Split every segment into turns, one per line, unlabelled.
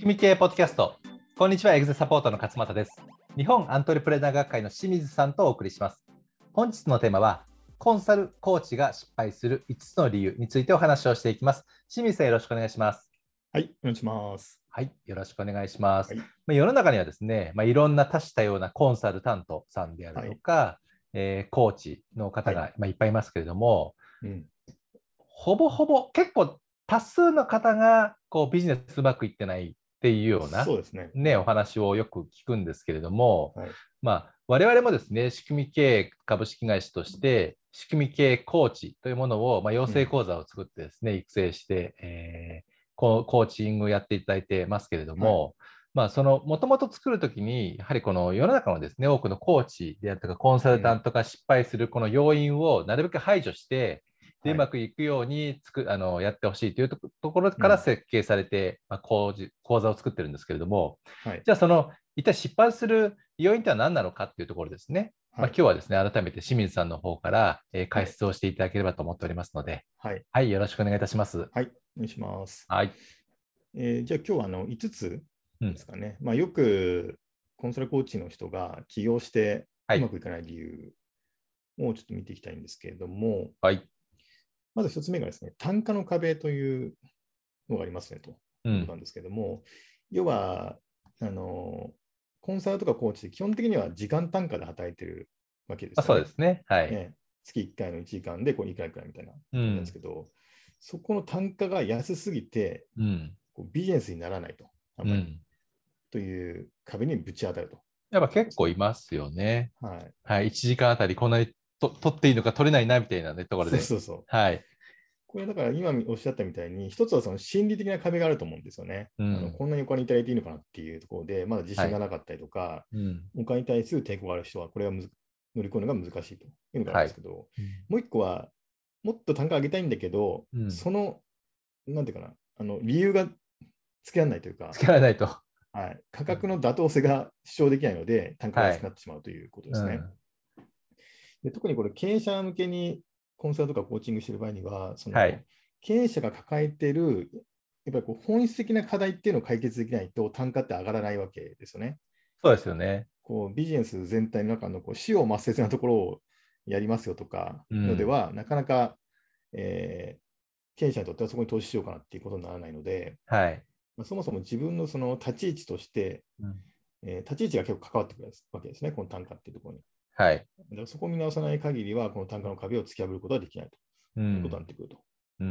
組系ポッドキャスト。こんにちは、エグゼサポートの勝俣です。日本アントレプレナー学会の清水さんとお送りします。本日のテーマは、コンサルコーチが失敗する5つの理由についてお話をしていきます。清水さん、よろしくお願いします。
はい、お願いします。
はい、よろしくお願いします。
はい、
世の中にはですね、いろんな多種多様なコンサルタントさんであるとか、コーチの方が、いっぱいいますけれども、ほぼほぼ結構多数の方がビジネスうまくいってないっていうような、
そうですね。
お話をよく聞くんですけれども、
はい、
我々もですね、仕組み経営株式会社として、仕組み経営コーチというものを、養成講座を作ってですね、育成して、コーチングをやっていただいてますけれども、そのもともと作るときに、やはりこの世の中のですね、多くのコーチであるとか、コンサルタントが失敗するこの要因をなるべく排除して、でうまくいくようにやってほしいというところから設計されて、講座を作ってるんですけれども、じゃあその一体失敗する要因とは何なのかっていうところですね。今日はですね、改めて清水さんの方から、解説をしていただければと思っておりますので、はい、よろしくお願いいたします。
はい、お願いします。
はい。
じゃあ今日は5つですかね。よくコンサルコーチの人が起業してうまくいかない理由をちょっと見ていきたいんですけれども、まず1つ目がですね、単価の壁というのがありますねということなんですけれども、要はコンサルとかコーチって基本的には時間単価で働いてるわけですよね。
そうですね。はい。
月1回の1時間でいくらいくらみたいな感じなんですけど、そこの単価が安すぎて、ビジネスにならないと、あんまり、という壁にぶち当たると。
やっぱ結構いますよね。
はい。
はい。1時間あたりこんなに取っていいのか取れないなみたいな、ところで。
そう。
はい。
これだから今おっしゃったみたいに、一つはその心理的な壁があると思うんですよね。こんなにお金いただいていいのかなっていうところで、まだ自信がなかったりとか、お金に対する抵抗がある人は、これは乗り込むのが難しいというのがあるんですけど、もう一個は、もっと単価上げたいんだけど、その、なんていうかな、理由がつけられないというか、価格の妥当性が主張できないので、単価が安くなってしまうということですね。で特にこれ、経営者向けにコンサルとかコーチングしている場合には、経営者が抱えている、やっぱり本質的な課題っていうのを解決できないと単価って上がらないわけですよね。
そうですよね。
ビジネス全体の中の死を抹殺なところをやりますよとかのでは、なかなか、経営者にとってはそこに投資しようかなっていうことにならないので、そもそも自分のその立ち位置として、立ち位置が結構関わってくるわけですね、この単価っていうところに。だからそこを見直さない限りは、この単価の壁を突き破ることはできないということになってくると。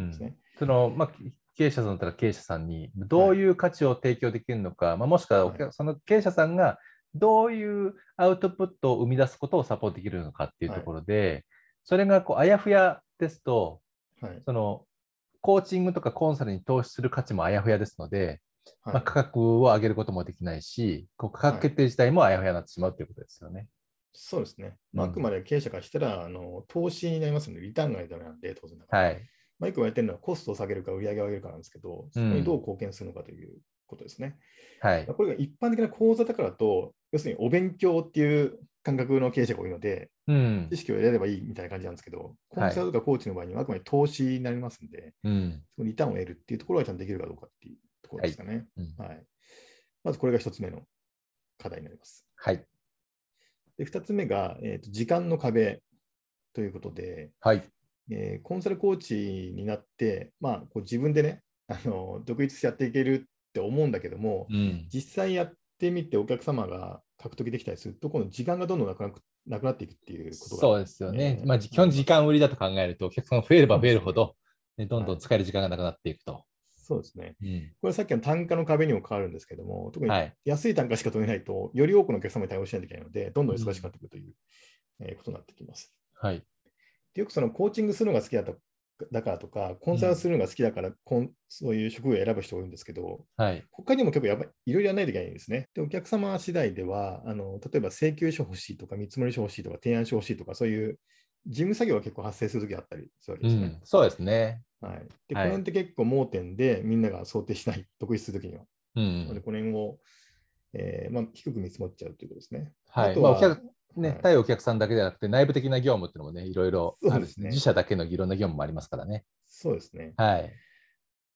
経営者さんだったら経営者さんにどういう価値を提供できるのか、もしくはその経営者さんがどういうアウトプットを生み出すことをサポートできるのかっていうところで、それがあやふやですと、そのコーチングとかコンサルに投資する価値もあやふやですので、価格を上げることもできないし、価格決定自体もあやふやになってしまうということですよね。
そうですね。あくまで経営者からしたら、投資になりますので、リターンがないとダメなんで、当然だから。よく言われてるのは、コストを下げるか売り上げを上げるかなんですけど、そこにどう貢献するのかということですね。これが一般的な講座だからと、要するにお勉強っていう感覚の経営者が多いので、知識を得られればいいみたいな感じなんですけど、コンサルとかコーチの場合にはあくまで投資になりますので、そのリターンを得るっていうところはちゃんとできるかどうかっていうところですかね。まずこれが一つ目の課題になります。で2つ目が、時間の壁ということで、コンサルコーチになって、自分でね、独立してやっていけるって思うんだけども、実際やってみてお客様が獲得できたりすると、この時間がどんどんなくなっていくっていうことが。
そうですよね。基本時間売りだと考えると、お客さんが増えれば増えるほど、どんどん使える時間がなくなっていくと。
そうですね。これさっきの単価の壁にも変わるんですけども、特に安い単価しか取れないと、より多くのお客様に対応しないといけないので、どんどん忙しくなってくるということになってきます。よくそのコーチングするのが好きだからとか、コンサルするのが好きだから、そういう職業を選ぶ人が多いんですけど、他にも結構やっぱりいろいろやらないといけないんですね。で、お客様次第では、例えば請求書欲しいとか、見積書欲しいとか、提案書欲しいとか、そういう事務作業が結構発生するときがあったりするわけですね。
そうですね。
で、この辺って結構盲点で、みんなが想定しない、独立するときには。で、この辺を、低く見積もっちゃうということですね。あとは、
対お客さんだけではなくて、内部的な業務っていうのもね、いろいろあるし、自社だけのいろんな業務もありますからね。
そうですね。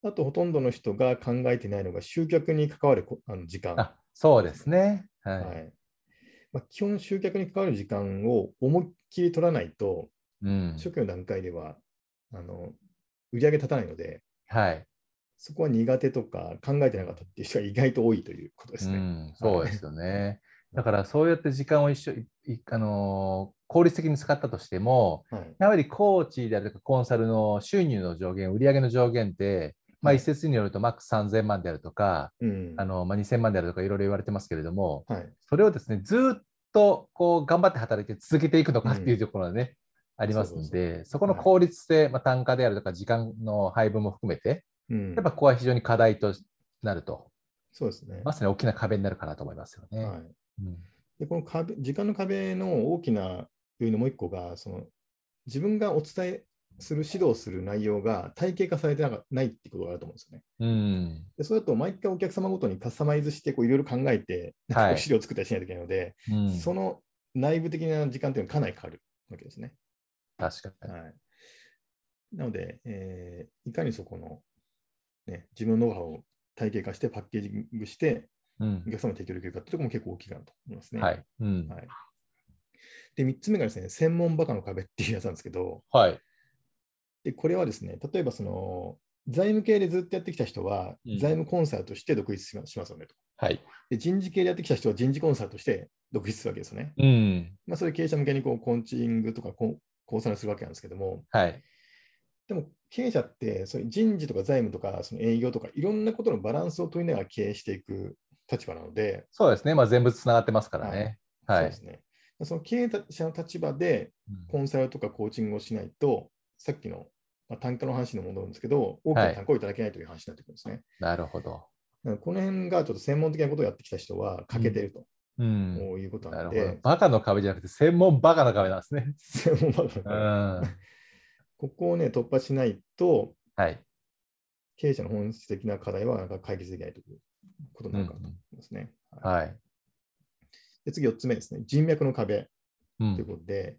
あと、ほとんどの人が考えていないのが、集客に関わる時間。
そうですね。
はい。基本、集客に関わる時間を思いっきり取らないと、初期の段階では売り上げ立たないので、
はい。
そこは苦手とか考えてなかったっていう人が意外と多いということですね。
そうですよね。だからそうやって時間を効率的に使ったとしても、やはりコーチであるとかコンサルの収入の上限、売上の上限って、一説によるとマックス3000万であるとか、2000万であるとかいろいろ言われてますけれども、それをですね、ずっとこう頑張って働いて続けていくのかっていうところがね、ありますので、そこの効率性、単価であるとか時間の配分も含めて、やっぱここは非常に課題となると。
そうですね。
まさに大きな壁になるかなと思いますよね。
でこの時間の壁の大きな要因のもう一個が、自分がお伝えする、指導する内容が体系化されてないっていうことがあると思うんですよね。でそれだと毎回お客様ごとにカスタマイズしていろいろ考えて、資料を作ったりしないといけないので、その内部的な時間というのはかなりかかるわけですね。
確かに。
なので、いかにそこの、自分のノウハウを体系化してパッケージングして、お客様に提供できるかというところも結構大きいかなと思いますね。で、3つ目がですね、専門バカの壁っていうやつなんですけど、でこれはですね、例えば財務系でずっとやってきた人は、財務コンサルとして独立しますよねと。で人事系でやってきた人は人事コンサルとして独立するわけですよね。それ経営者向けにコーチングとかコンサルするわけなんですけども、でも経営者ってそういう人事とか財務とかその営業とかいろんなことのバランスを取りながら経営していく立場なので、
そうですね、全部つながってますからね。
そうですね。その経営者の立場でコンサルとかコーチングをしないと、さっきの単価の話に戻るんですけど、大きな単価をいただけないという話になってくるんですね。
なるほど。
この辺がちょっと専門的なことをやってきた人は欠けてると、いうことなので。
バカの壁じゃなくて、専門バカの壁なんですね。
専門バカの壁。ここをね、突破しないと、経営者の本質的な課題はなかなか解決できないということになるかと思いますね。で次4つ目ですね、人脈の壁ということで、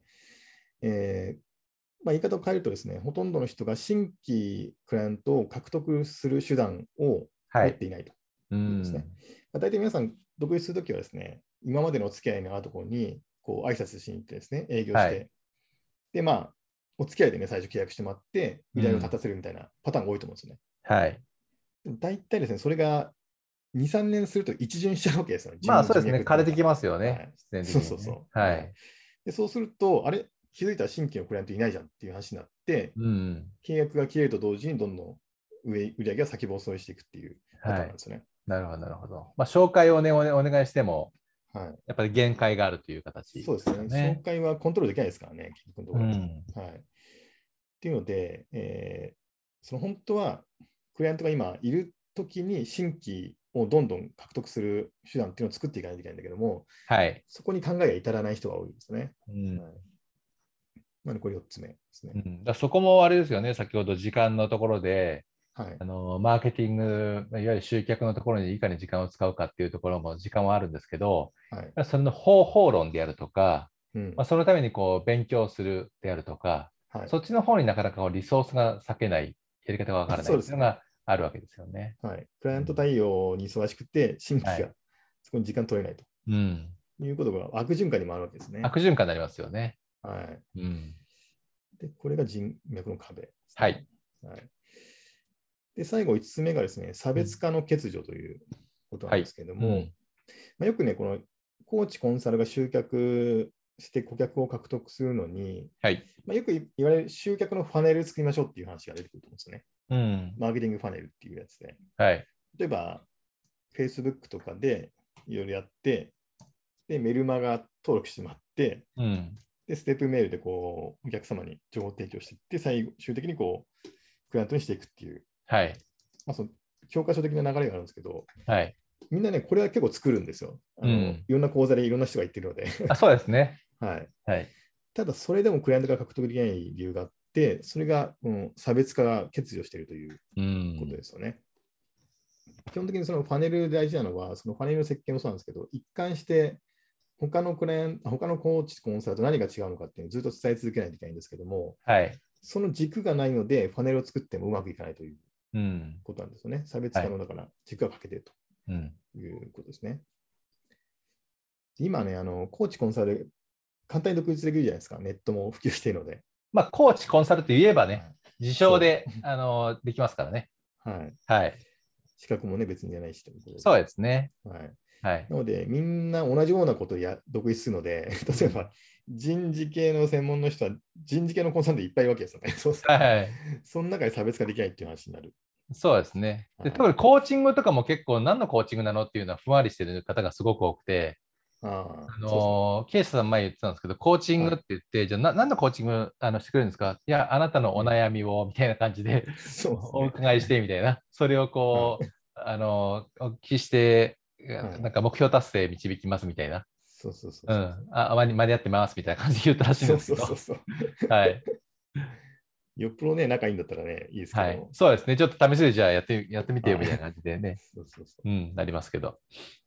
言い方を変えるとですね、ほとんどの人が新規クライアントを獲得する手段を持っていないということですね。大体皆さん、独立するときはですね、今までのお付き合いのあるところにこう挨拶しに行ってですね、営業して、で、お付き合いでね、最初契約してもらって、依頼を立たせるみたいなパターンが多いと思うんですよね。大体ですね、それが2、3年すると一巡しちゃうわけですよね。
そうですね、枯れてきますよね。
そうすると、あれ、気づいたら新規のクライアントいないじゃんっていう話になって、契約が切れると同時にどんどん売り上げが先細りしていくっていうパターンなんですよね。
なるほど、なるほど。紹介を、ね、お願いしても、やっぱり限界があるという形、
そうですね。紹介はコントロールできないですからね、結局のところ。っていうので、本当はクライアントが今いるときに新規をどんどん獲得する手段っていうのを作っていかないといけないんだけども、そこに考えが至らない人が多いですね。これ4つ目ですね。
そこもあれですよね、先ほど時間のところで、マーケティング、いわゆる集客のところにいかに時間を使うかっていうところも時間はあるんですけど、それの方法論であるとか、そのために勉強するであるとか、そっちの方になかなかリソースが割けない、やり方がわからないというのがあるわけですよね。
クライアント対応に忙しくて、新規がそこに時間取れないと、いうことが悪循環にもあるわけですね。
悪循環になりますよね。
で、これが人脈の壁です
ね。
で、最後5つ目がですね、差別化の欠如ということなんですけれども、よくね、このコーチ、コンサルが集客して顧客を獲得するのに、よく言われる集客のファネル作りましょうっていう話が出てくると思うんですよね。マーケティングファネルっていうやつで。例えば、Facebook とかでいろいろやって、で、メルマガ登録してもらって、で、ステップメールでお客様に情報提供していって、最終的にクライアントにしていくっていう、その教科書的な流れがあるんですけど、みんなね、これは結構作るんですよ。いろんな講座でいろんな人が言ってるので
そうですね。
ただ、それでもクライアントが獲得できない理由があって、それが差別化が欠如しているということですよね。基本的にそのパネルで大事なのは、そのパネルの設計もそうなんですけど、一貫して他のコーチ、コンサルと何が違うのかっていうのをずっと伝え続けないといけないんですけども、その軸がないので、パネルを作ってもうまくいかないということなんですよね。差別化のだから軸がかけているということですね。今ね、コーチコンサル、簡単に独立できるじゃないですか。ネットも普及しているので。
まあ、コーチコンサルと言えばね、自称でできますからね。
はい。資格もね、別にじゃないしということで。
そうですね。
はい。なので、みんな同じようなことを独立するので、例えば、人事系の専門の人は人事系のコンサルでいっぱいいるわけですよね。その中で差別化できないっていう話になる。
そうですね。で、特にコーチングとかも結構何のコーチングなのっていうのはふんわりしてる方がすごく多くて、ケイシさん前言ってたんですけど、コーチングって言って、じゃあ何のコーチングしてくれるんですか？いや、あなたのお悩みをみたいな感じで、お伺いしてみたいな、それをこう、お聞きして、なんか目標達成導きますみたいな。間に合ってますみたいな感じで言ったらしいんですけど。はい。
よっぽどね、仲いいんだったらね、いいですけど。
そうですね。ちょっと試しでじゃあやってみてよみたいな感じでね。なりますけど。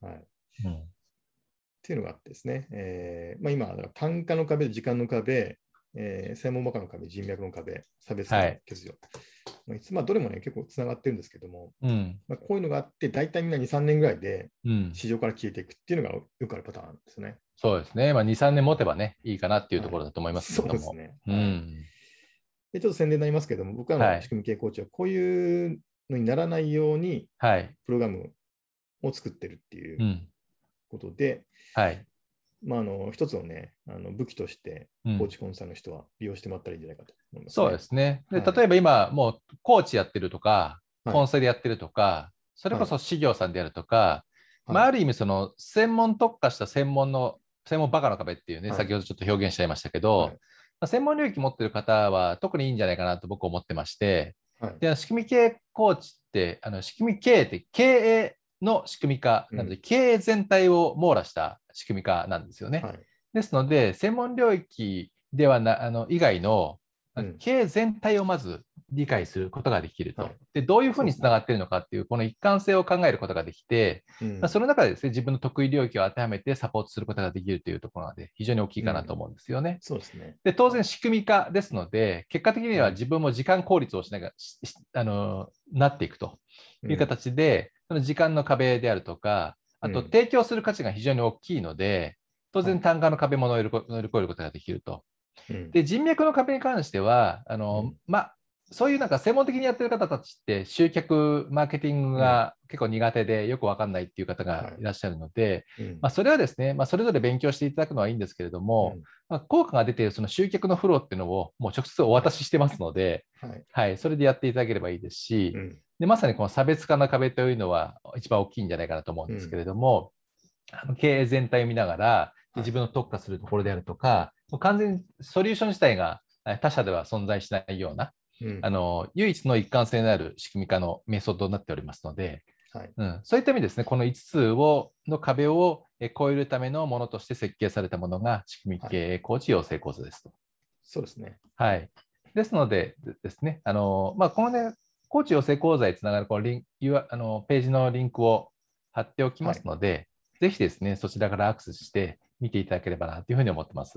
っていうのがあってですね。今、単価の壁、時間の壁、専門バカの壁、人脈の壁、差別化の欠如。どれもね、結構つながってるんですけども、こういうのがあって、大体みんな2、3年ぐらいで市場から消えていくっていうのがよくあるパターンなんですね。
そうですね。2、3年持てばね、いいかなっていうところだと思いますけども。
そうですね。でちょっと宣伝になりますけども、僕らの仕組み系コーチはこういうのにならないように、プログラムを作ってるっていうことで、一つのね、武器として、コーチコンサルの人は利用してもらったらいいんじゃないかと思います、
そうですね。で例えば今、もうコーチやってるとか、コンサルやってるとか、それこそ事業さんであるとか、ある意味、その専門特化した専門バカの壁っていうね、先ほどちょっと表現しちゃいましたけど、専門領域持ってる方は特にいいんじゃないかなと僕は思ってまして、で仕組み系コーチって、仕組み系って経営の仕組み化なので、経営全体を網羅した仕組み化なんですよね。ですので、専門領域では以外の経営全体をまず理解することができると。で、どういうふうにつながっているのかっていう、この一貫性を考えることができて、その中でですね、自分の得意領域を当てはめてサポートすることができるというところで、非常に大きいかなと思うんですよね。
そうですね。
で、当然仕組み化ですので、結果的には自分も時間効率をしながら、なっていくという形で、その時間の壁であるとか、あと提供する価値が非常に大きいので、当然単価の壁も乗り越えることができると。で、人脈の壁に関しては、そういうなんか専門的にやってる方たちって集客マーケティングが結構苦手でよく分かんないっていう方がいらっしゃるので、それはですね、それぞれ勉強していただくのはいいんですけれども、効果が出ているその集客のフローっていうのをもう直接お渡ししてますので、それでやっていただければいいですし、でまさにこの差別化の壁というのは一番大きいんじゃないかなと思うんですけれども、経営全体を見ながら自分の特化するところであるとか、完全にソリューション自体が他社では存在しないような、唯一の一貫性のある仕組み化のメソッドになっておりますので、そういった意味ですね、この5つの壁を越えるためのものとして設計されたものが仕組み系コーチ養成講座ですと。
そうですね。
ですのでですね、このね、コーチ養成講座につながるこのページのリンクを貼っておきますので、ぜひですね、そちらからアクセスして見ていただければなというふうに思ってます。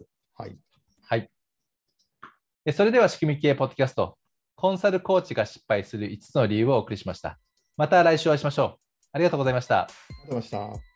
それでは仕組み系ポッドキャスト、コンサルコーチが失敗する5つの理由をお送りしました。また来週お会いしましょう。ありがとうございました。
ありがとうございました。